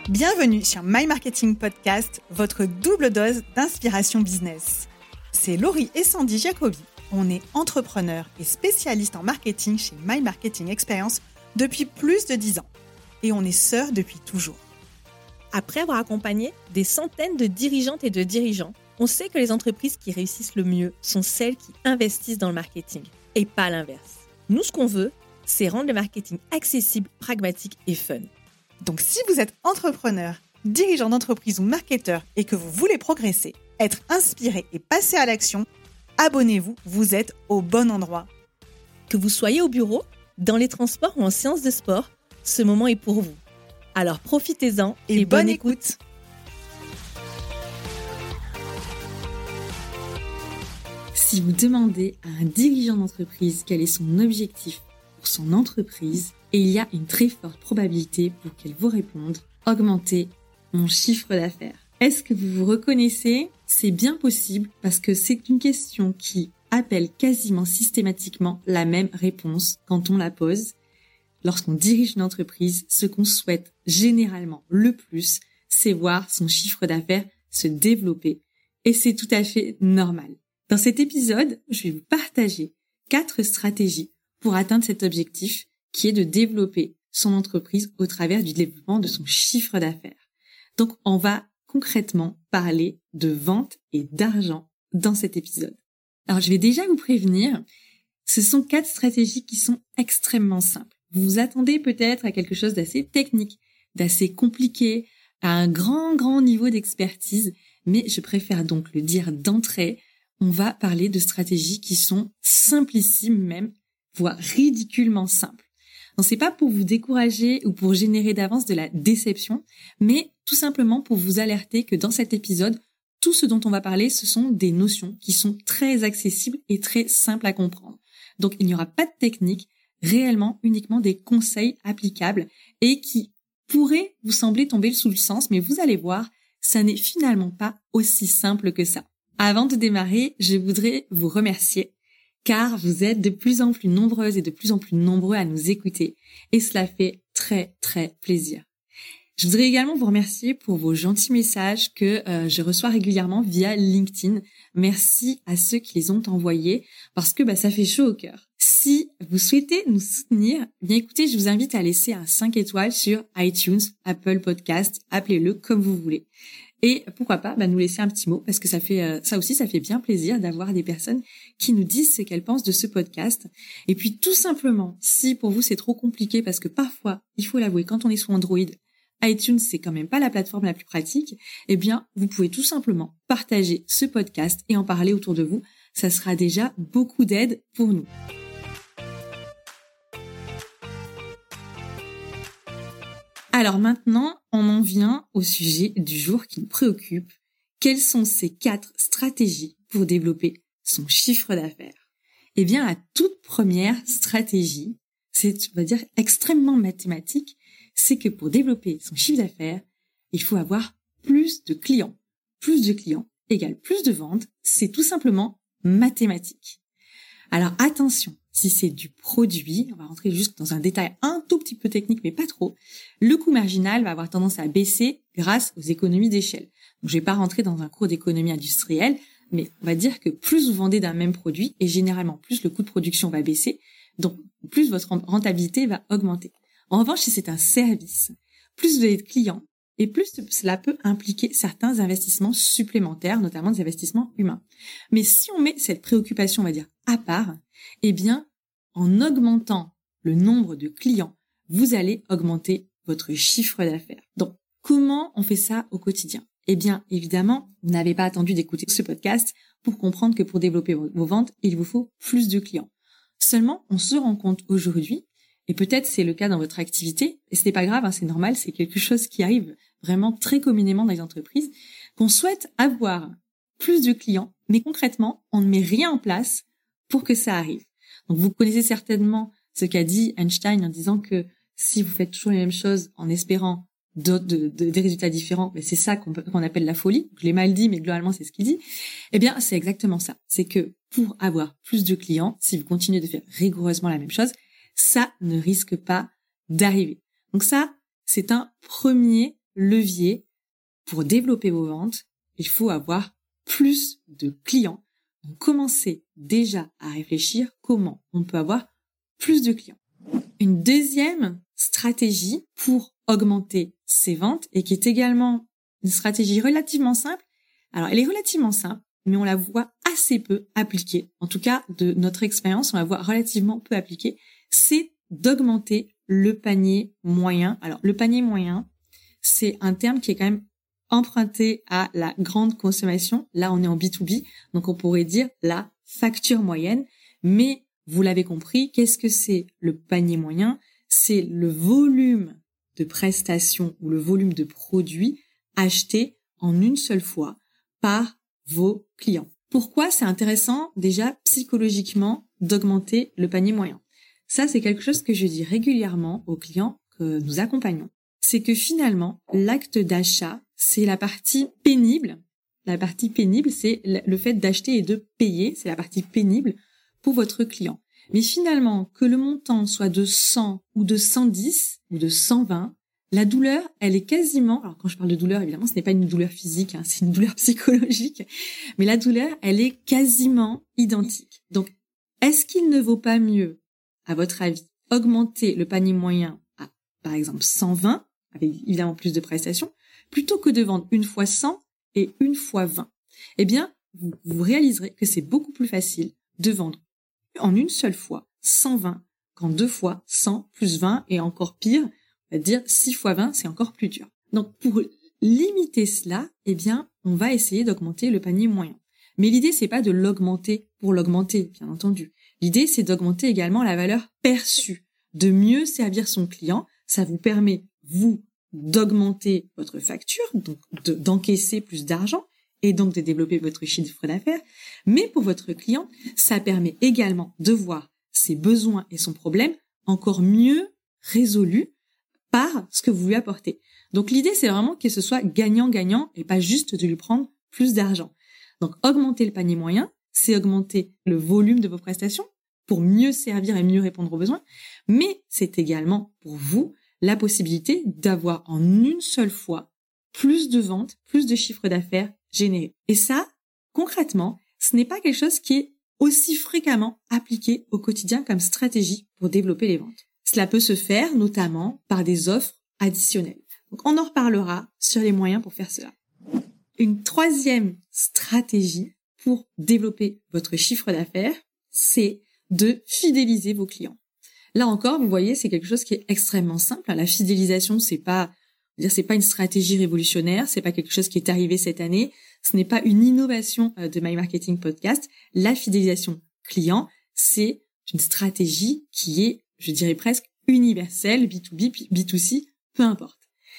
Bienvenue sur My Marketing Podcast, votre double dose d'inspiration business. C'est Laurie et Sandy Jacobi. On est entrepreneurs et spécialistes en marketing chez My Marketing Experience depuis plus de 10 ans. Et on est sœurs depuis toujours. Après avoir accompagné des centaines de dirigeantes et de dirigeants, on sait que les entreprises qui réussissent le mieux sont celles qui investissent dans le marketing et pas l'inverse. Nous, ce qu'on veut, c'est rendre le marketing accessible, pragmatique et fun. Donc si vous êtes entrepreneur, dirigeant d'entreprise ou marketeur et que vous voulez progresser, être inspiré et passer à l'action, abonnez-vous, vous êtes au bon endroit. Que vous soyez au bureau, dans les transports ou en séance de sport, ce moment est pour vous. Alors profitez-en et bonne écoute. Si vous demandez à un dirigeant d'entreprise quel est son objectif pour son entreprise, et il y a une très forte probabilité pour qu'elle vous réponde « Augmenter mon chiffre d'affaires ». Est-ce que vous vous reconnaissez ? C'est bien possible parce que c'est une question qui appelle quasiment systématiquement la même réponse quand on la pose. Lorsqu'on dirige une entreprise, ce qu'on souhaite généralement le plus, c'est voir son chiffre d'affaires se développer. Et c'est tout à fait normal. Dans cet épisode, je vais vous partager 4 stratégies pour atteindre cet objectif qui est de développer son entreprise au travers du développement de son chiffre d'affaires. Donc, on va concrètement parler de vente et d'argent dans cet épisode. Alors, je vais déjà vous prévenir, ce sont 4 stratégies qui sont extrêmement simples. Vous vous attendez peut-être à quelque chose d'assez technique, d'assez compliqué, à un grand niveau d'expertise, mais je préfère donc le dire d'entrée, on va parler de stratégies qui sont simplissimes même, voire ridiculement simples. Donc c'est pas pour vous décourager ou pour générer d'avance de la déception, mais tout simplement pour vous alerter que dans cet épisode, tout ce dont on va parler, ce sont des notions qui sont très accessibles et très simples à comprendre. Donc il n'y aura pas de technique, réellement uniquement des conseils applicables et qui pourraient vous sembler tomber sous le sens, mais vous allez voir, ça n'est finalement pas aussi simple que ça. Avant de démarrer, je voudrais vous remercier car vous êtes de plus en plus nombreuses et de plus en plus nombreux à nous écouter et cela fait très plaisir. Je voudrais également vous remercier pour vos gentils messages que je reçois régulièrement via LinkedIn. Merci à ceux qui les ont envoyés parce que ça fait chaud au cœur. Si vous souhaitez nous soutenir, bien écoutez, je vous invite à laisser un 5 étoiles sur iTunes, Apple Podcast, appelez-le comme vous voulez. Et pourquoi pas nous laisser un petit mot parce que ça fait bien plaisir d'avoir des personnes qui nous disent ce qu'elles pensent de ce podcast. Et puis tout simplement, si pour vous c'est trop compliqué parce que parfois, il faut l'avouer, quand on est sous Android, iTunes c'est quand même pas la plateforme la plus pratique, eh bien vous pouvez tout simplement partager ce podcast et en parler autour de vous. Ça sera déjà beaucoup d'aide pour nous. Alors maintenant, on en vient au sujet du jour qui nous préoccupe. Quelles sont ces 4 stratégies pour développer son chiffre d'affaires ? Eh bien, la toute première stratégie, c'est, on va dire, extrêmement mathématique, c'est que pour développer son chiffre d'affaires, il faut avoir plus de clients. Plus de clients égale plus de ventes, c'est tout simplement mathématique. Alors attention, si c'est du produit, on va rentrer juste dans un détail un tout petit peu technique, mais pas trop, le coût marginal va avoir tendance à baisser grâce aux économies d'échelle. Donc, je vais pas rentrer dans un cours d'économie industrielle, mais on va dire que plus vous vendez d'un même produit, et généralement plus le coût de production va baisser, donc plus votre rentabilité va augmenter. En revanche, si c'est un service, plus vous avez de clients, et plus cela peut impliquer certains investissements supplémentaires, notamment des investissements humains. Mais si on met cette préoccupation, on va dire, à part, eh bien, en augmentant le nombre de clients, vous allez augmenter votre chiffre d'affaires. Donc, comment on fait ça au quotidien ? Eh bien, évidemment, vous n'avez pas attendu d'écouter ce podcast pour comprendre que pour développer vos ventes, il vous faut plus de clients. Seulement, on se rend compte aujourd'hui, et peut-être c'est le cas dans votre activité, et ce n'est pas grave, c'est normal, c'est quelque chose qui arrive vraiment très communément dans les entreprises, qu'on souhaite avoir plus de clients, mais concrètement, on ne met rien en place pour que ça arrive. Donc, vous connaissez certainement ce qu'a dit Einstein en disant que si vous faites toujours les mêmes choses en espérant des résultats différents, mais c'est ça qu'on appelle la folie. Je l'ai mal dit, mais globalement, c'est ce qu'il dit. Eh bien, c'est exactement ça. C'est que pour avoir plus de clients, si vous continuez de faire rigoureusement la même chose, ça ne risque pas d'arriver. Donc ça, c'est un premier levier pour développer vos ventes. Il faut avoir plus de clients. Donc, commencez déjà à réfléchir comment on peut avoir plus de clients. Une deuxième stratégie pour augmenter ses ventes et qui est également une stratégie relativement simple. Alors, elle est relativement simple, mais on la voit assez peu appliquée. En tout cas, de notre expérience, on la voit relativement peu appliquée. C'est d'augmenter le panier moyen. Alors, le panier moyen, c'est un terme qui est quand même emprunté à la grande consommation. Là, on est en B2B, donc on pourrait dire la facture moyenne. Mais vous l'avez compris, qu'est-ce que c'est le panier moyen? C'est le volume de prestations ou le volume de produits achetés en une seule fois par vos clients. Pourquoi c'est intéressant déjà psychologiquement d'augmenter le panier moyen? Ça, c'est quelque chose que je dis régulièrement aux clients que nous accompagnons. C'est que finalement, l'acte d'achat, c'est la partie pénible. La partie pénible, c'est le fait d'acheter et de payer. C'est la partie pénible pour votre client. Mais finalement, que le montant soit de 100 ou de 110 ou de 120, la douleur, elle est quasiment... Alors quand je parle de douleur, évidemment, ce n'est pas une douleur physique, c'est une douleur psychologique. Mais la douleur, elle est quasiment identique. Donc, est-ce qu'il ne vaut pas mieux, à votre avis, augmenter le panier moyen à, par exemple, 120, avec évidemment plus de prestations, plutôt que de vendre une fois 100 et une fois 20? Eh bien, vous réaliserez que c'est beaucoup plus facile de vendre en une seule fois 120 qu'en deux fois 100 plus 20 et encore pire, on va dire 6 fois 20, c'est encore plus dur. Donc, pour limiter cela, eh bien, on va essayer d'augmenter le panier moyen. Mais l'idée, c'est pas de l'augmenter pour l'augmenter, bien entendu. L'idée, c'est d'augmenter également la valeur perçue, de mieux servir son client. Ça vous permet, vous, d'augmenter votre facture, donc d'encaisser plus d'argent et donc de développer votre chiffre d'affaires. Mais pour votre client, ça permet également de voir ses besoins et son problème encore mieux résolus par ce que vous lui apportez. Donc l'idée, c'est vraiment que ce soit gagnant-gagnant et pas juste de lui prendre plus d'argent. Donc augmenter le panier moyen, c'est augmenter le volume de vos prestations pour mieux servir et mieux répondre aux besoins, mais c'est également pour vous la possibilité d'avoir en une seule fois plus de ventes, plus de chiffre d'affaires générés. Et ça, concrètement, ce n'est pas quelque chose qui est aussi fréquemment appliqué au quotidien comme stratégie pour développer les ventes. Cela peut se faire notamment par des offres additionnelles. Donc on en reparlera sur les moyens pour faire cela. Une troisième stratégie pour développer votre chiffre d'affaires, c'est de fidéliser vos clients. Là encore, vous voyez, c'est quelque chose qui est extrêmement simple. La fidélisation, c'est pas une stratégie révolutionnaire, c'est pas quelque chose qui est arrivé cette année, ce n'est pas une innovation de My Marketing Podcast. La fidélisation client, c'est une stratégie qui est, je dirais presque universelle, B2B, B2C, peu importe.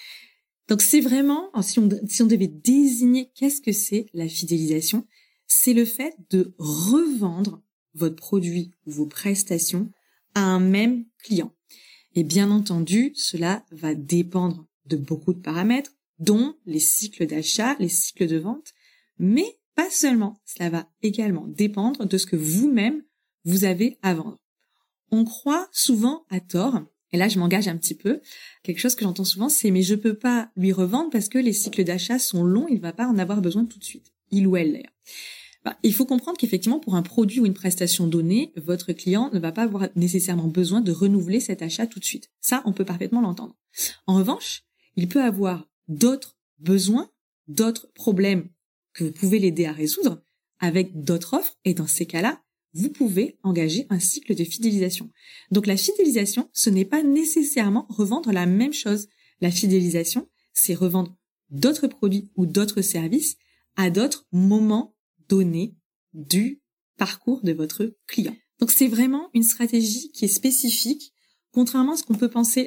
Donc c'est vraiment, si on devait désigner qu'est-ce que c'est la fidélisation, c'est le fait de revendre votre produit ou vos prestations à un même client. Et bien entendu, cela va dépendre de beaucoup de paramètres, dont les cycles d'achat, les cycles de vente, mais pas seulement. Cela va également dépendre de ce que vous-même, vous avez à vendre. On croit souvent à tort, et là je m'engage un petit peu, quelque chose que j'entends souvent, c'est « mais je peux pas lui revendre parce que les cycles d'achat sont longs, il va pas en avoir besoin tout de suite. » Il ou elle d'ailleurs. Il faut comprendre qu'effectivement, pour un produit ou une prestation donnée, votre client ne va pas avoir nécessairement besoin de renouveler cet achat tout de suite. Ça, on peut parfaitement l'entendre. En revanche, il peut avoir d'autres besoins, d'autres problèmes que vous pouvez l'aider à résoudre avec d'autres offres. Et dans ces cas-là, vous pouvez engager un cycle de fidélisation. Donc la fidélisation, ce n'est pas nécessairement revendre la même chose. La fidélisation, c'est revendre d'autres produits ou d'autres services à d'autres moments donnés du parcours de votre client. Donc c'est vraiment une stratégie qui est spécifique. Contrairement à ce qu'on peut penser,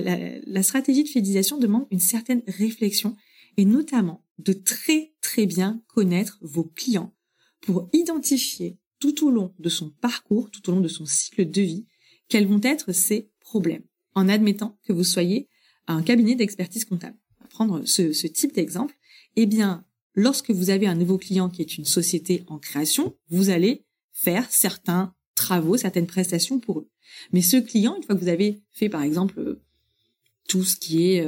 la stratégie de fidélisation demande une certaine réflexion et notamment de très très bien connaître vos clients pour identifier tout au long de son parcours, tout au long de son cycle de vie, quels vont être ses problèmes. En admettant que vous soyez à un cabinet d'expertise comptable. On va prendre ce type d'exemple. Eh bien, lorsque vous avez un nouveau client qui est une société en création, vous allez faire certains travaux, certaines prestations pour eux. Mais ce client, une fois que vous avez fait par exemple tout ce qui est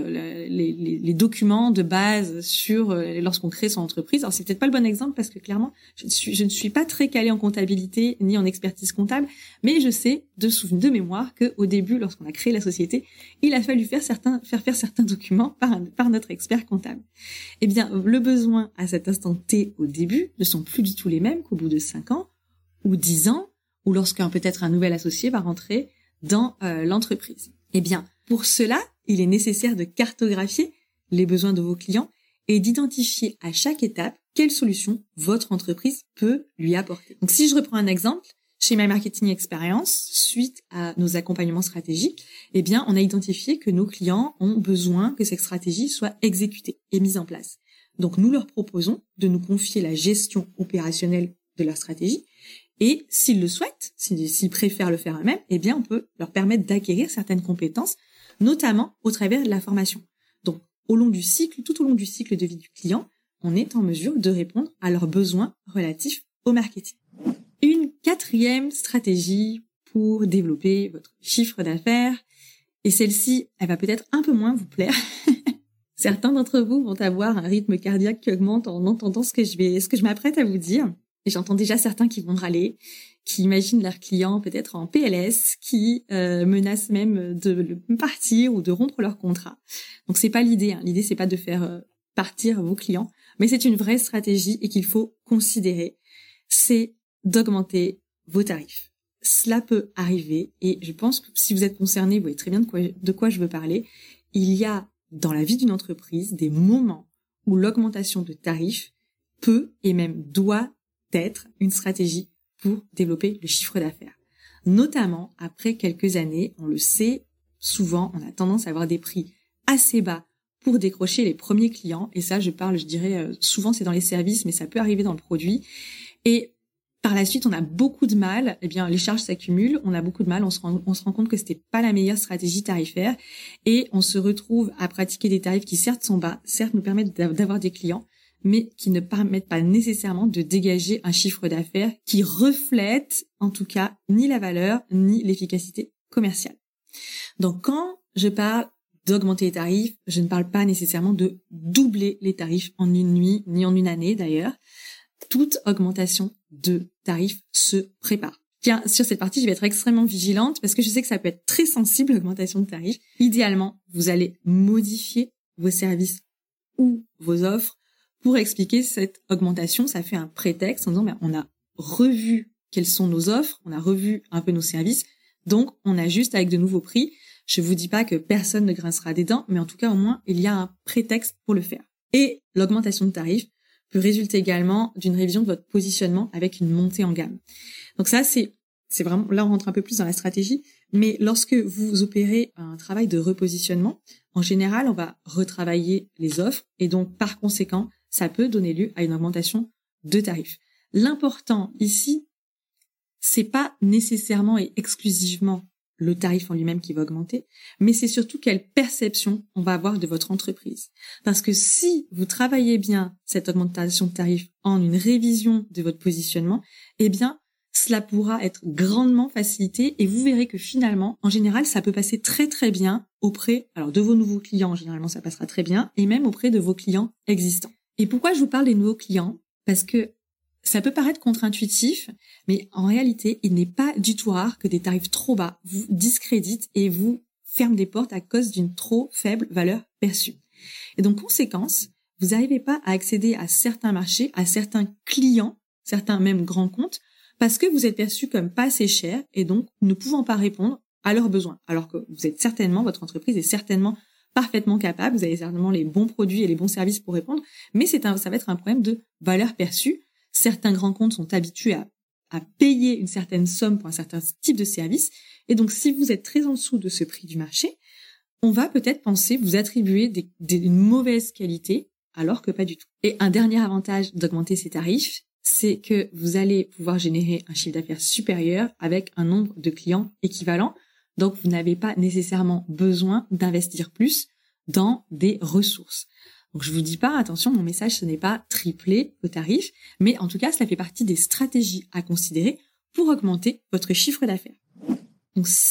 les documents de base sur lorsqu'on crée son entreprise. Alors c'est peut-être pas le bon exemple parce que clairement je ne suis pas très calée en comptabilité ni en expertise comptable, mais je sais de mémoire que au début, lorsqu'on a créé la société, il a fallu faire faire certains documents par notre expert comptable. Eh bien, le besoin à cet instant T au début ne sont plus du tout les mêmes qu'au bout de 5 ans ou 10 ans ou lorsqu'un peut-être un nouvel associé va rentrer dans l'entreprise. Eh bien, pour cela, il est nécessaire de cartographier les besoins de vos clients et d'identifier à chaque étape quelle solution votre entreprise peut lui apporter. Donc, si je reprends un exemple, chez My Marketing Experience, suite à nos accompagnements stratégiques, eh bien, on a identifié que nos clients ont besoin que cette stratégie soit exécutée et mise en place. Donc, nous leur proposons de nous confier la gestion opérationnelle de leur stratégie. Et s'ils le souhaitent, s'ils préfèrent le faire eux-mêmes, eh bien, on peut leur permettre d'acquérir certaines compétences, notamment au travers de la formation. Donc, tout au long du cycle de vie du client, on est en mesure de répondre à leurs besoins relatifs au marketing. Une 4e stratégie pour développer votre chiffre d'affaires, et celle-ci, elle va peut-être un peu moins vous plaire. Certains d'entre vous vont avoir un rythme cardiaque qui augmente en entendant ce que je m'apprête à vous dire. Et j'entends déjà certains qui vont râler, qui imaginent leurs clients peut-être en PLS, qui menacent même de partir ou de rompre leur contrat. Donc c'est pas l'idée. L'idée c'est pas de faire partir vos clients, mais c'est une vraie stratégie et qu'il faut considérer. C'est d'augmenter vos tarifs. Cela peut arriver et je pense que si vous êtes concerné, vous voyez très bien de quoi je veux parler. Il y a dans la vie d'une entreprise des moments où l'augmentation de tarifs peut et même doit être une stratégie pour développer le chiffre d'affaires. Notamment après quelques années, on le sait, souvent on a tendance à avoir des prix assez bas pour décrocher les premiers clients. Et ça, je dirais, souvent c'est dans les services, mais ça peut arriver dans le produit. Et par la suite, on a beaucoup de mal, eh bien les charges s'accumulent, on a beaucoup de mal, on se rend compte que c'était pas la meilleure stratégie tarifaire et on se retrouve à pratiquer des tarifs qui certes sont bas, certes nous permettent d'avoir des clients, mais qui ne permettent pas nécessairement de dégager un chiffre d'affaires qui reflète, en tout cas, ni la valeur, ni l'efficacité commerciale. Donc, quand je parle d'augmenter les tarifs, je ne parle pas nécessairement de doubler les tarifs en une nuit, ni en une année d'ailleurs. Toute augmentation de tarifs se prépare. Tiens, sur cette partie, je vais être extrêmement vigilante parce que je sais que ça peut être très sensible, l'augmentation de tarifs. Idéalement, vous allez modifier vos services ou vos offres pour expliquer cette augmentation. Ça fait un prétexte en disant, on a revu quelles sont nos offres, on a revu un peu nos services, donc on ajuste avec de nouveaux prix. Je vous dis pas que personne ne grincera des dents, mais en tout cas, au moins, il y a un prétexte pour le faire. Et l'augmentation de tarifs peut résulter également d'une révision de votre positionnement avec une montée en gamme. Donc ça, c'est vraiment, là on rentre un peu plus dans la stratégie, mais lorsque vous opérez un travail de repositionnement, en général, on va retravailler les offres et donc par conséquent, ça peut donner lieu à une augmentation de tarifs. L'important ici, c'est pas nécessairement et exclusivement le tarif en lui-même qui va augmenter, mais c'est surtout quelle perception on va avoir de votre entreprise. Parce que si vous travaillez bien cette augmentation de tarif en une révision de votre positionnement, eh bien, cela pourra être grandement facilité et vous verrez que finalement, en général, ça peut passer très très bien auprès, de vos nouveaux clients, généralement ça passera très bien, et même auprès de vos clients existants. Et pourquoi je vous parle des nouveaux clients? Parce que ça peut paraître contre-intuitif, mais en réalité, il n'est pas du tout rare que des tarifs trop bas vous discréditent et vous ferment des portes à cause d'une trop faible valeur perçue. Et donc, conséquence, vous n'arrivez pas à accéder à certains marchés, à certains clients, certains même grands comptes, parce que vous êtes perçu comme pas assez cher et donc ne pouvant pas répondre à leurs besoins. Alors que votre entreprise est certainement parfaitement capable, vous avez certainement les bons produits et les bons services pour répondre, mais ça va être un problème de valeur perçue. Certains grands comptes sont habitués à payer une certaine somme pour un certain type de service. Et donc, si vous êtes très en dessous de ce prix du marché, on va peut-être penser vous attribuer une mauvaise qualité, alors que pas du tout. Et un dernier avantage d'augmenter ces tarifs, c'est que vous allez pouvoir générer un chiffre d'affaires supérieur avec un nombre de clients équivalent. Donc, vous n'avez pas nécessairement besoin d'investir plus dans des ressources. Donc, je vous dis pas, attention, mon message, ce n'est pas tripler vos tarifs, mais en tout cas, cela fait partie des stratégies à considérer pour augmenter votre chiffre d'affaires. Donc, si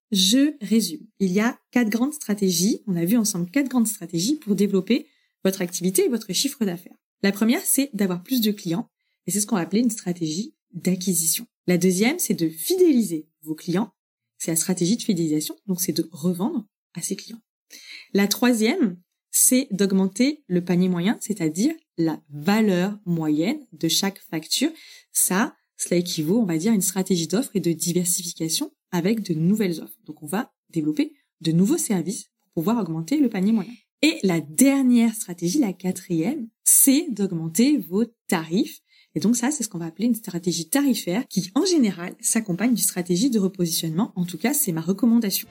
je résume. Il y a 4 grandes stratégies. On a vu ensemble 4 grandes stratégies pour développer votre activité et votre chiffre d'affaires. La première, c'est d'avoir plus de clients. Et c'est ce qu'on va appeler une stratégie d'acquisition. La deuxième, c'est de fidéliser vos clients. C'est la stratégie de fidélisation. Donc, c'est de revendre à ses clients. La troisième, c'est d'augmenter le panier moyen, c'est-à-dire la valeur moyenne de chaque facture. Cela équivaut, on va dire, à une stratégie d'offre et de diversification avec de nouvelles offres. Donc, on va développer de nouveaux services pour pouvoir augmenter le panier moyen. Et la dernière stratégie, la quatrième, c'est d'augmenter vos tarifs. Et donc ça, c'est ce qu'on va appeler une stratégie tarifaire qui, en général, s'accompagne d'une stratégie de repositionnement. En tout cas, c'est ma recommandation.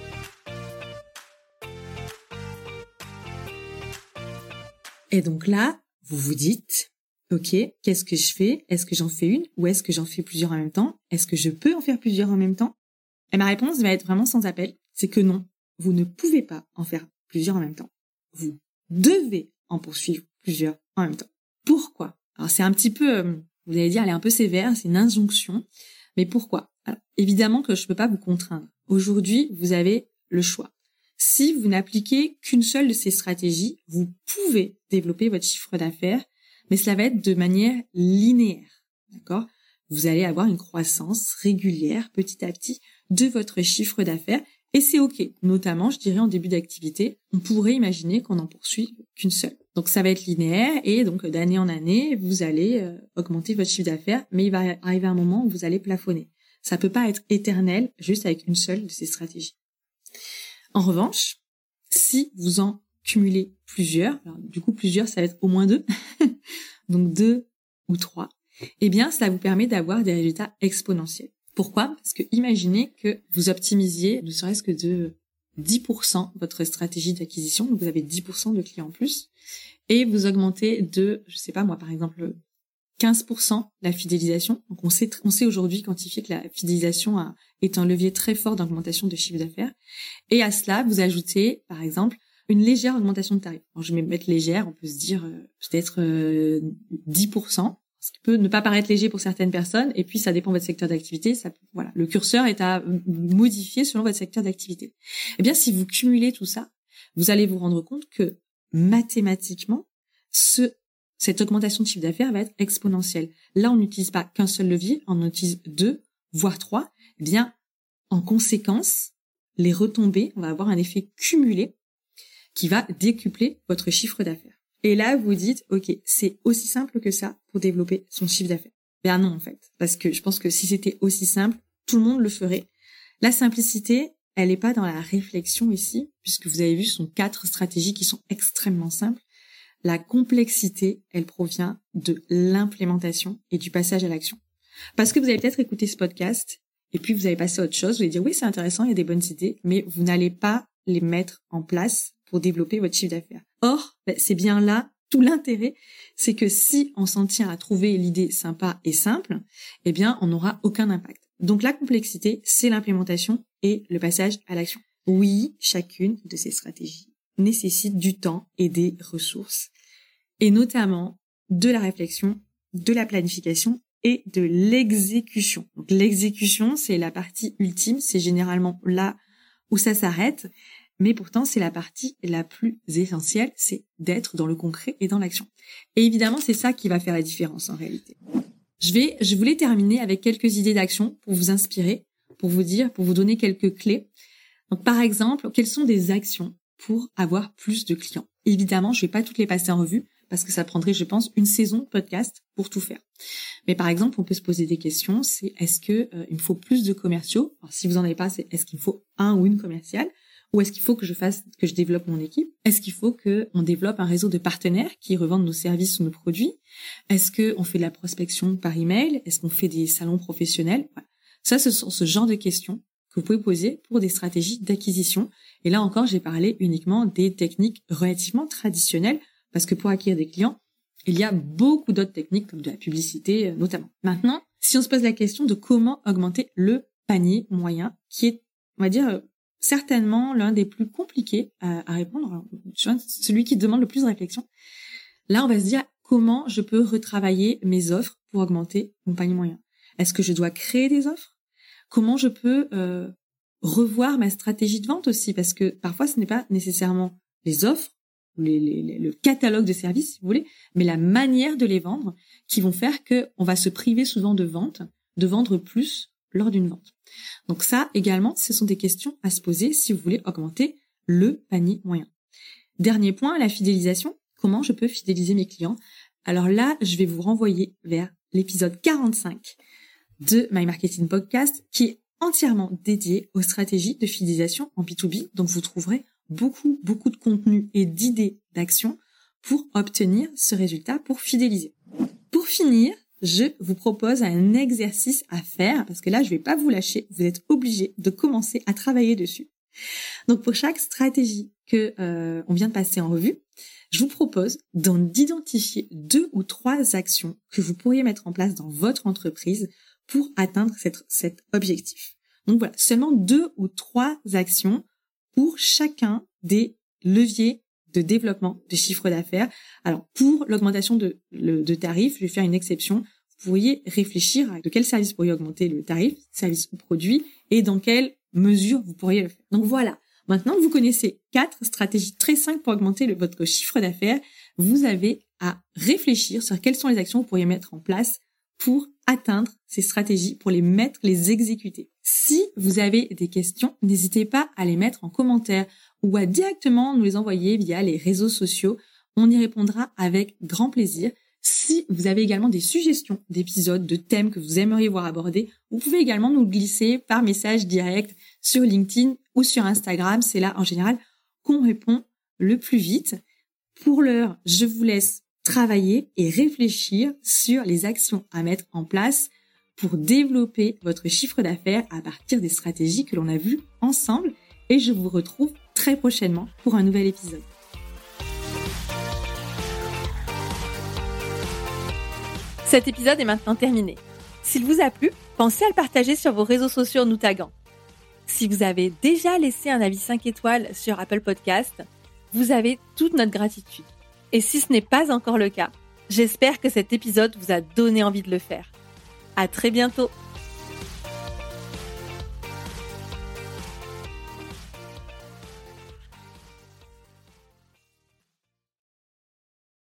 Et donc là, vous vous dites, ok, qu'est-ce que je fais? Est-ce que j'en fais une ou est-ce que j'en fais plusieurs en même temps? Est-ce que je peux en faire plusieurs en même temps? Et ma réponse va être vraiment sans appel. C'est que non, vous ne pouvez pas en faire plusieurs en même temps. Vous devez en poursuivre plusieurs en même temps. Pourquoi? Alors c'est un petit peu, vous allez dire, elle est un peu sévère, c'est une injonction. Mais pourquoi? Alors, évidemment que je peux pas vous contraindre. Aujourd'hui, vous avez le choix. Si vous n'appliquez qu'une seule de ces stratégies, vous pouvez développer votre chiffre d'affaires, mais cela va être de manière linéaire. D'accord? Vous allez avoir une croissance régulière, petit à petit, de votre chiffre d'affaires. Et c'est OK. Notamment, je dirais, en début d'activité, on pourrait imaginer qu'on n'en poursuive qu'une seule. Donc, ça va être linéaire et donc, d'année en année, vous allez augmenter votre chiffre d'affaires, mais il va arriver un moment où vous allez plafonner. Ça peut pas être éternel juste avec une seule de ces stratégies. En revanche, si vous en cumulez plusieurs, alors du coup, plusieurs, ça va être au moins 2, donc 2 ou 3, eh bien, cela vous permet d'avoir des résultats exponentiels. Pourquoi? Parce que imaginez que vous optimisiez ne serait-ce que de 10% votre stratégie d'acquisition, donc vous avez 10% de clients en plus, et vous augmentez de, je sais pas moi, par exemple, 15% la fidélisation. Donc on sait aujourd'hui quantifier que la fidélisation est un levier très fort d'augmentation de chiffre d'affaires. Et à cela, vous ajoutez, par exemple, une légère augmentation de tarifs. Alors, je vais mettre légère, on peut se dire peut-être 10%. Ce qui peut ne pas paraître léger pour certaines personnes, et puis ça dépend de votre secteur d'activité. Voilà, le curseur est à modifier selon votre secteur d'activité. Eh bien, si vous cumulez tout ça, vous allez vous rendre compte que mathématiquement, cette augmentation de chiffre d'affaires va être exponentielle. Là, on n'utilise pas qu'un seul levier, on en utilise 2, voire 3. Eh bien, en conséquence, les retombées, on va avoir un effet cumulé qui va décupler votre chiffre d'affaires. Et là, vous dites, OK, c'est aussi simple que ça pour développer son chiffre d'affaires. Ben non, en fait. Parce que je pense que si c'était aussi simple, tout le monde le ferait. La simplicité, elle n'est pas dans la réflexion ici, puisque vous avez vu, ce sont 4 stratégies qui sont extrêmement simples. La complexité, elle provient de l'implémentation et du passage à l'action. Parce que vous avez peut-être écouté ce podcast, et puis vous allez passer à autre chose, vous allez dire, oui, c'est intéressant, il y a des bonnes idées, mais vous n'allez pas les mettre en place pour développer votre chiffre d'affaires. Or, c'est bien là tout l'intérêt, c'est que si on s'en tient à trouver l'idée sympa et simple, eh bien, on n'aura aucun impact. Donc la complexité, c'est l'implémentation et le passage à l'action. Oui, chacune de ces stratégies nécessite du temps et des ressources, et notamment de la réflexion, de la planification et de l'exécution. Donc l'exécution, c'est la partie ultime, c'est généralement là où ça s'arrête. Mais pourtant, c'est la partie la plus essentielle, c'est d'être dans le concret et dans l'action. Et évidemment, c'est ça qui va faire la différence en réalité. Je voulais terminer avec quelques idées d'action pour vous inspirer, pour vous donner quelques clés. Donc, par exemple, quelles sont des actions pour avoir plus de clients? Évidemment, je vais pas toutes les passer en revue parce que ça prendrait, je pense, une saison de podcast pour tout faire. Mais par exemple, on peut se poser des questions, c'est est-ce que il me faut plus de commerciaux? Alors, si vous en avez pas, c'est est-ce qu'il me faut un ou une commerciale? Ou est-ce qu'il faut que je développe mon équipe? Est-ce qu'il faut qu'on développe un réseau de partenaires qui revendent nos services ou nos produits? Est-ce qu'on fait de la prospection par email? Est-ce qu'on fait des salons professionnels? Voilà. Ça, ce sont ce genre de questions que vous pouvez poser pour des stratégies d'acquisition. Et là encore, j'ai parlé uniquement des techniques relativement traditionnelles parce que pour acquérir des clients, il y a beaucoup d'autres techniques comme de la publicité notamment. Maintenant, si on se pose la question de comment augmenter le panier moyen, qui est, on va dire, certainement l'un des plus compliqués à répondre, celui qui demande le plus de réflexion. Là, on va se dire comment je peux retravailler mes offres pour augmenter mon panier moyen. Est-ce que je dois créer des offres? Comment je peux revoir ma stratégie de vente aussi, parce que parfois ce n'est pas nécessairement les offres, le catalogue de services, si vous voulez, mais la manière de les vendre qui vont faire que on va se priver souvent de vendre plus lors d'une vente. Donc ça également, ce sont des questions à se poser si vous voulez augmenter le panier moyen. Dernier point, la fidélisation. Comment je peux fidéliser mes clients? Alors là, je vais vous renvoyer vers l'épisode 45 de My Marketing Podcast qui est entièrement dédié aux stratégies de fidélisation en B2B. Donc vous trouverez beaucoup de contenu et d'idées d'action pour obtenir ce résultat, pour fidéliser. Pour finir, je vous propose un exercice à faire parce que là, je vais pas vous lâcher. Vous êtes obligés de commencer à travailler dessus. Donc pour chaque stratégie que on vient de passer en revue, je vous propose d'identifier 2 ou 3 actions que vous pourriez mettre en place dans votre entreprise pour atteindre cet objectif. Donc voilà, seulement 2 ou 3 actions pour chacun des leviers de développement de chiffre d'affaires. Alors pour l'augmentation de tarifs, je vais faire une exception. Vous pourriez réfléchir à de quel service vous pourriez augmenter le tarif, service ou produit, et dans quelle mesure vous pourriez le faire. Donc voilà. Maintenant que vous connaissez 4 stratégies très simples pour augmenter votre chiffre d'affaires, vous avez à réfléchir sur quelles sont les actions que vous pourriez mettre en place pour atteindre ces stratégies, pour les exécuter. Si vous avez des questions, n'hésitez pas à les mettre en commentaire ou à directement nous les envoyer via les réseaux sociaux. On y répondra avec grand plaisir. Si vous avez également des suggestions d'épisodes, de thèmes que vous aimeriez voir abordés, vous pouvez également nous glisser par message direct sur LinkedIn ou sur Instagram. C'est là, en général, qu'on répond le plus vite. Pour l'heure, je vous laisse travailler et réfléchir sur les actions à mettre en place pour développer votre chiffre d'affaires à partir des stratégies que l'on a vues ensemble. Et je vous retrouve très prochainement pour un nouvel épisode. Cet épisode est maintenant terminé. S'il vous a plu, pensez à le partager sur vos réseaux sociaux en nous taguant. Si vous avez déjà laissé un avis 5 étoiles sur Apple Podcast, vous avez toute notre gratitude. Et si ce n'est pas encore le cas, j'espère que cet épisode vous a donné envie de le faire. À très bientôt!